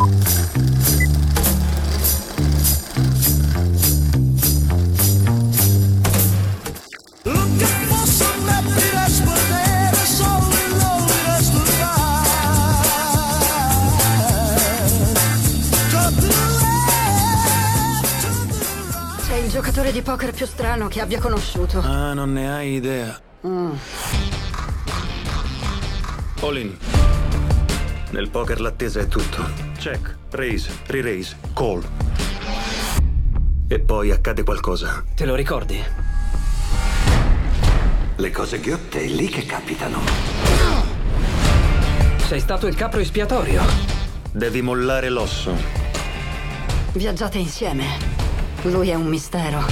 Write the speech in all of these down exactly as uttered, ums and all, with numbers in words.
Sei il giocatore di poker più strano che abbia conosciuto. Ah, non ne hai idea. Mm. All in. Nel poker l'attesa è tutto. Check, raise, re-raise, call. E poi accade qualcosa. Te lo ricordi? Le cose ghiotte è lì che capitano. Sei stato il capro espiatorio. Devi mollare l'osso. Viaggiate insieme. Lui è un mistero.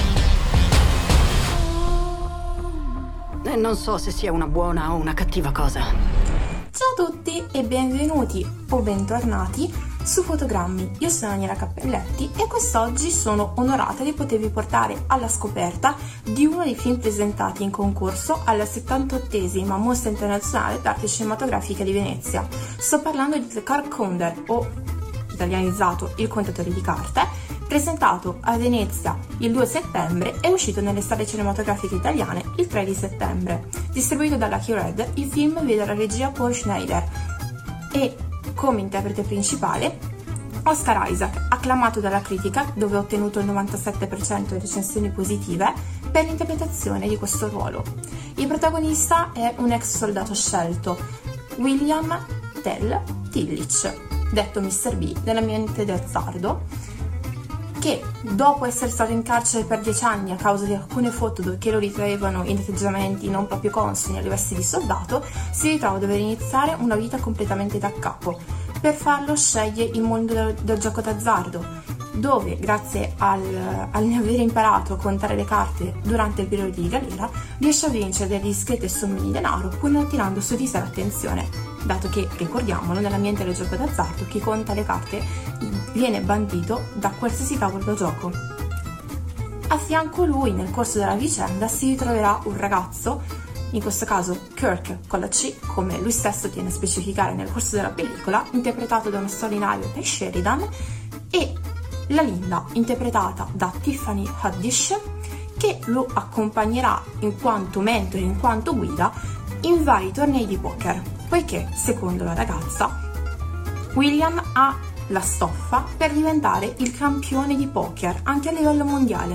E non so se sia una buona o una cattiva cosa. Ciao a tutti e benvenuti o bentornati su Fotogrammi. Io sono Daniela Cappelletti e quest'oggi sono onorata di potervi portare alla scoperta di uno dei film presentati in concorso alla settantottesima Mostra Internazionale d'Arte Cinematografica di Venezia. Sto parlando di The Card Counter, o italianizzato Il contatore di carte, presentato a Venezia il due settembre e uscito nelle sale cinematografiche italiane il tre di settembre. Distribuito dalla Q-Red, il film vede la regia Paul Schneider e come interprete principale Oscar Isaac, acclamato dalla critica, dove ha ottenuto il novantasette per cento di recensioni positive per l'interpretazione di questo ruolo. Il protagonista è un ex soldato scelto, William Tell Tillich, detto mister B nell'ambiente d'azzardo, che dopo essere stato in carcere per dieci anni a causa di alcune foto che lo ritraevano in atteggiamenti non proprio consoni alle vesti di soldato, si ritrova a dover iniziare una vita completamente da capo. Per farlo sceglie il mondo del, del gioco d'azzardo, dove grazie al, all'aver imparato a contare le carte durante il periodo di galera riesce a vincere delle discrete somme di denaro pur non attirando su di sé l'attenzione, dato che, ricordiamolo, nell'ambiente del gioco d'azzardo chi conta le carte viene bandito da qualsiasi tavolo da gioco. A fianco lui, nel corso della vicenda, si ritroverà un ragazzo, in questo caso Kirk con la C, come lui stesso tiene a specificare nel corso della pellicola, interpretato da uno straordinario Ty Sheridan, e la Linda, interpretata da Tiffany Haddish, che lo accompagnerà in quanto mentore, in quanto guida, in vari tornei di poker, poiché, secondo la ragazza, William ha la stoffa per diventare il campione di poker anche a livello mondiale.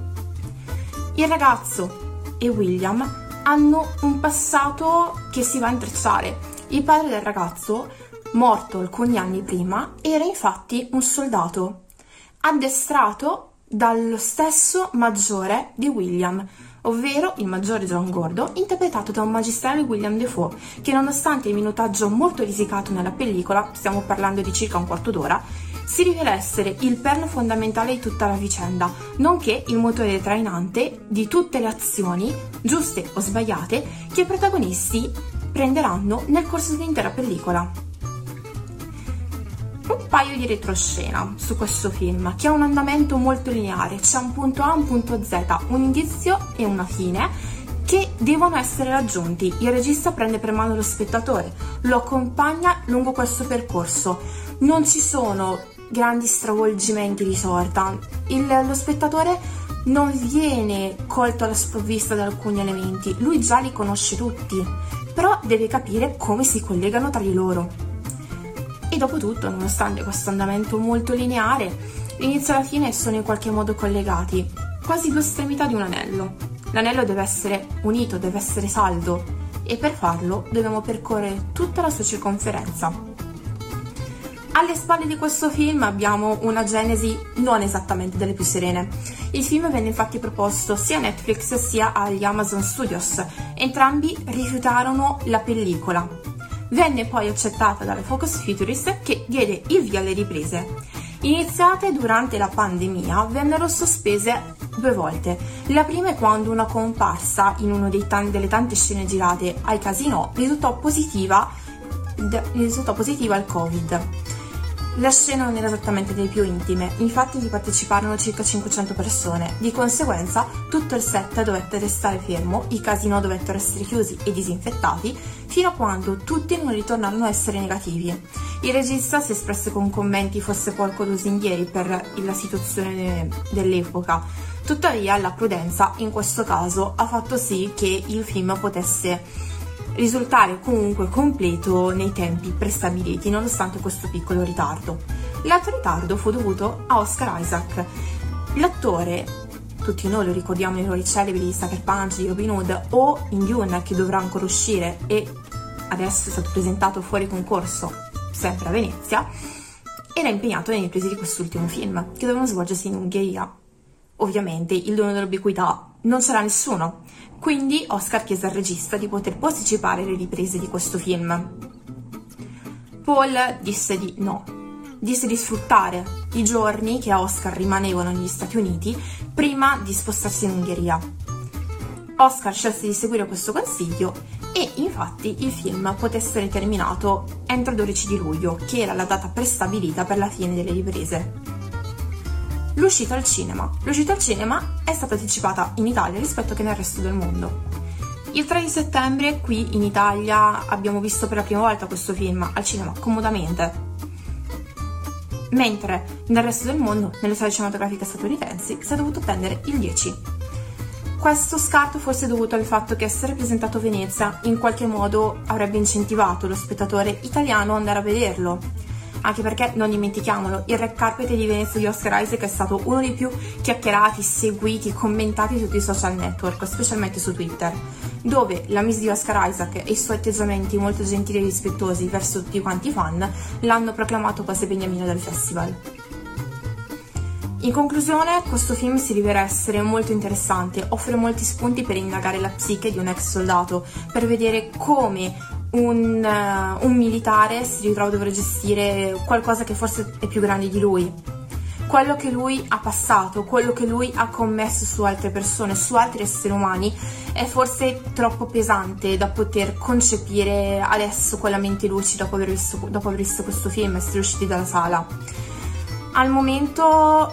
Il ragazzo e William hanno un passato che si va a intrecciare. Il padre del ragazzo, morto alcuni anni prima, era infatti un soldato addestrato dallo stesso maggiore di William, ovvero il maggiore John Gordo, interpretato da un magistrale William Dafoe, che nonostante il minutaggio molto risicato nella pellicola, stiamo parlando di circa un quarto d'ora, si rivela essere il perno fondamentale di tutta la vicenda, nonché il motore trainante di tutte le azioni, giuste o sbagliate, che i protagonisti prenderanno nel corso dell'intera pellicola. Un paio di retroscena su questo film, che ha un andamento molto lineare, c'è un punto A, un punto Z, un inizio e una fine che devono essere raggiunti. Il regista prende per mano lo spettatore, lo accompagna lungo questo percorso, non ci sono grandi stravolgimenti di sorta, Il, lo spettatore non viene colto alla sprovvista da alcuni elementi, lui già li conosce tutti, però deve capire come si collegano tra di loro. E dopo tutto, nonostante questo andamento molto lineare, l'inizio e la fine sono in qualche modo collegati, quasi due estremità di un anello. L'anello deve essere unito, deve essere saldo, e per farlo dobbiamo percorrere tutta la sua circonferenza. Alle spalle di questo film abbiamo una genesi non esattamente delle più serene. Il film venne infatti proposto sia a Netflix sia agli Amazon Studios. Entrambi rifiutarono la pellicola. Venne poi accettata dalla Focus Features, che diede il via alle riprese. Iniziate durante la pandemia, vennero sospese due volte. La prima è quando una comparsa in una delle tante scene girate ai casinò risultò positiva, risultò positiva al Covid. La scena non era esattamente delle più intime, infatti vi parteciparono circa cinquecento persone, di conseguenza tutto il set dovette restare fermo, i casinò dovettero essere chiusi e disinfettati, fino a quando tutti non ritornarono a essere negativi. Il regista si espresse con commenti forse poco lusinghieri per la situazione dell'epoca, tuttavia la prudenza in questo caso ha fatto sì che il film potesse risultare comunque completo nei tempi prestabiliti, nonostante questo piccolo ritardo. L'altro ritardo fu dovuto a Oscar Isaac. L'attore, tutti noi lo ricordiamo nei ruoli celebri di Sucker Punch, di Robin Hood o in Dune, che dovrà ancora uscire e adesso è stato presentato fuori concorso sempre a Venezia, era impegnato nelle riprese di quest'ultimo film, che dovevano svolgersi in Ungheria. Ovviamente il dono dell'ubiquità non c'era nessuno, quindi Oscar chiese al regista di poter posticipare le riprese di questo film. Paul disse di no, disse di sfruttare i giorni che a Oscar rimanevano negli Stati Uniti prima di spostarsi in Ungheria. Oscar scelse di seguire questo consiglio e infatti il film poté essere terminato entro il dodici di luglio, che era la data prestabilita per la fine delle riprese. L'uscita al cinema. L'uscita al cinema è stata anticipata in Italia rispetto che nel resto del mondo. Il tre di settembre qui in Italia abbiamo visto per la prima volta questo film al cinema comodamente, mentre nel resto del mondo, nelle sale cinematografiche statunitensi, si è dovuto attendere il dieci. Questo scarto forse è dovuto al fatto che essere presentato a Venezia in qualche modo avrebbe incentivato lo spettatore italiano ad andare a vederlo. Anche perché, non dimentichiamolo, il red carpet di Venezia di Oscar Isaac è stato uno dei più chiacchierati, seguiti, commentati su tutti i social network, specialmente su Twitter, dove la Miss di Oscar Isaac e i suoi atteggiamenti molto gentili e rispettosi verso tutti quanti i fan l'hanno proclamato quasi beniamino del festival. In conclusione, questo film si rivela essere molto interessante, offre molti spunti per indagare la psiche di un ex soldato, per vedere come Un, uh, un militare si ritrova a dover gestire qualcosa che forse è più grande di lui, quello che lui ha passato, quello che lui ha commesso su altre persone, su altri esseri umani, è forse troppo pesante da poter concepire adesso con la mente lucida dopo aver visto, dopo aver visto questo film e essere usciti dalla sala. Al momento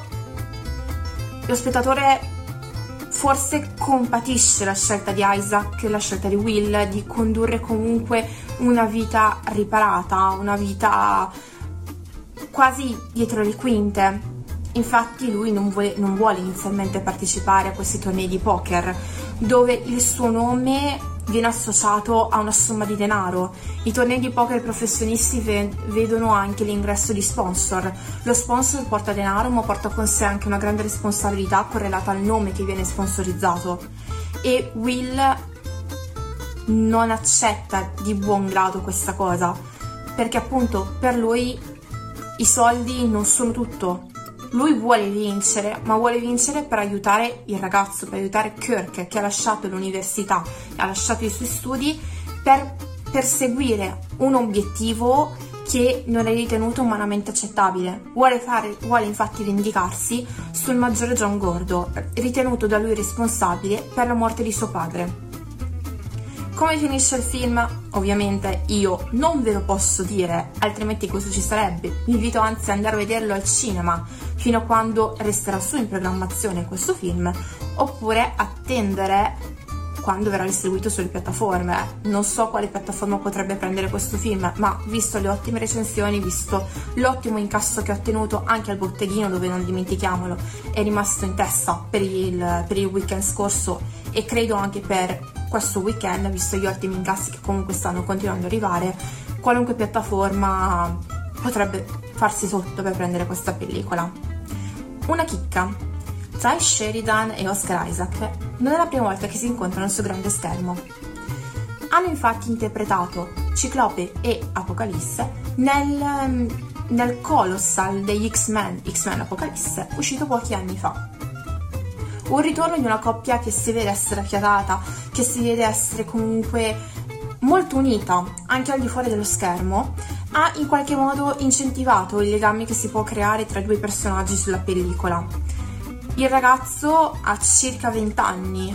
lo spettatore forse compatisce la scelta di Isaac, la scelta di Will di condurre comunque una vita riparata, una vita quasi dietro le quinte. Infatti lui non vuole, non vuole inizialmente partecipare a questi tornei di poker, dove il suo nome viene associato a una somma di denaro. I tornei di poker professionisti ve- vedono anche l'ingresso di sponsor. Lo sponsor porta denaro, ma porta con sé anche una grande responsabilità correlata al nome che viene sponsorizzato. E Will non accetta di buon grado questa cosa, perché appunto per lui i soldi non sono tutto. Lui vuole vincere, ma vuole vincere per aiutare il ragazzo, per aiutare Kirk, che ha lasciato l'università, ha lasciato i suoi studi per perseguire un obiettivo che non è ritenuto umanamente accettabile. Vuole, fare, vuole infatti vendicarsi sul maggiore John Gordo, ritenuto da lui responsabile per la morte di suo padre. Come finisce il film? Ovviamente io non ve lo posso dire, altrimenti questo ci sarebbe. Vi invito anzi ad andare a vederlo al cinema fino a quando resterà su in programmazione questo film, oppure attendere quando verrà distribuito sulle piattaforme. Non so quale piattaforma potrebbe prendere questo film, ma visto le ottime recensioni, visto l'ottimo incasso che ha ottenuto anche al botteghino, dove, non dimentichiamolo, è rimasto in testa per il, per il weekend scorso e credo anche per questo weekend, visto gli ottimi incassi che comunque stanno continuando ad arrivare, qualunque piattaforma potrebbe farsi sotto per prendere questa pellicola. Una chicca: Ty Sheridan e Oscar Isaac non è la prima volta che si incontrano sul grande schermo. Hanno infatti interpretato Ciclope e Apocalisse nel, nel Colossal degli X-Men, X-Men Apocalisse, uscito pochi anni fa. Un ritorno di una coppia che si vede essere affiatata, che si vede essere comunque molto unita, anche al di fuori dello schermo, ha in qualche modo incentivato il legame che si può creare tra i due personaggi sulla pellicola. Il ragazzo ha circa venti anni.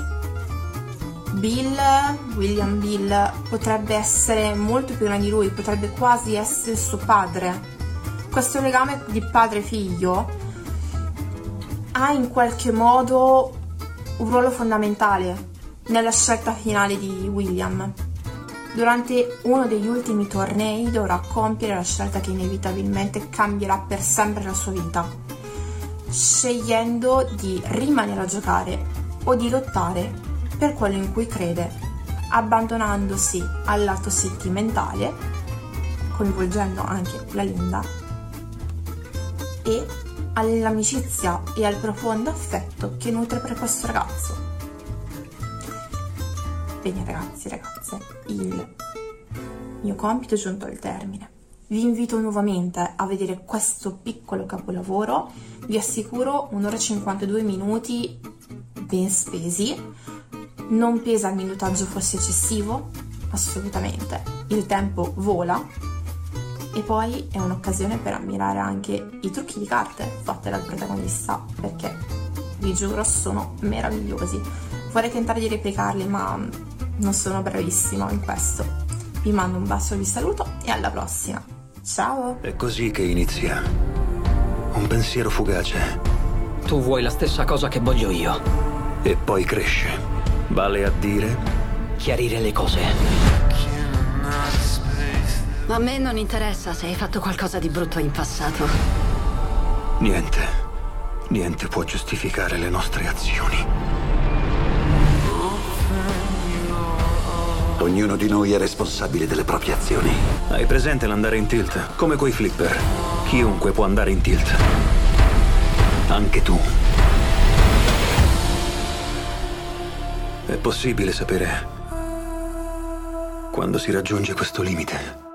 Bill, William Bill, potrebbe essere molto più grande di lui, potrebbe quasi essere suo padre. questo legame di padre-figlio ha in qualche modo un ruolo fondamentale nella scelta finale di William. Durante uno degli ultimi tornei dovrà compiere la scelta che inevitabilmente cambierà per sempre la sua vita, scegliendo di rimanere a giocare o di lottare per quello in cui crede, abbandonandosi al lato sentimentale, coinvolgendo anche la Linda, e all'amicizia e al profondo affetto che nutre per questo ragazzo. Bene ragazzi e ragazze, il mio compito è giunto al termine. Vi invito nuovamente a vedere questo piccolo capolavoro. Vi assicuro un'ora e cinquantadue minuti ben spesi. Non pesa il minutaggio fosse eccessivo, assolutamente. Il tempo vola. E poi è un'occasione per ammirare anche i trucchi di carte fatte dal protagonista, perché vi giuro sono meravigliosi. Vorrei tentare di replicarli, ma non sono bravissima in questo. Vi mando un bacio, vi saluto e alla prossima. Ciao! È così che inizia. Un pensiero fugace. Tu vuoi la stessa cosa che voglio io. E poi cresce. Vale a dire? Chiarire le cose. A me non interessa se hai fatto qualcosa di brutto in passato. Niente. Niente può giustificare le nostre azioni. Ognuno di noi è responsabile delle proprie azioni. Hai presente l'andare in tilt? Come quei flipper. Chiunque può andare in tilt. Anche tu. È possibile sapere quando si raggiunge questo limite.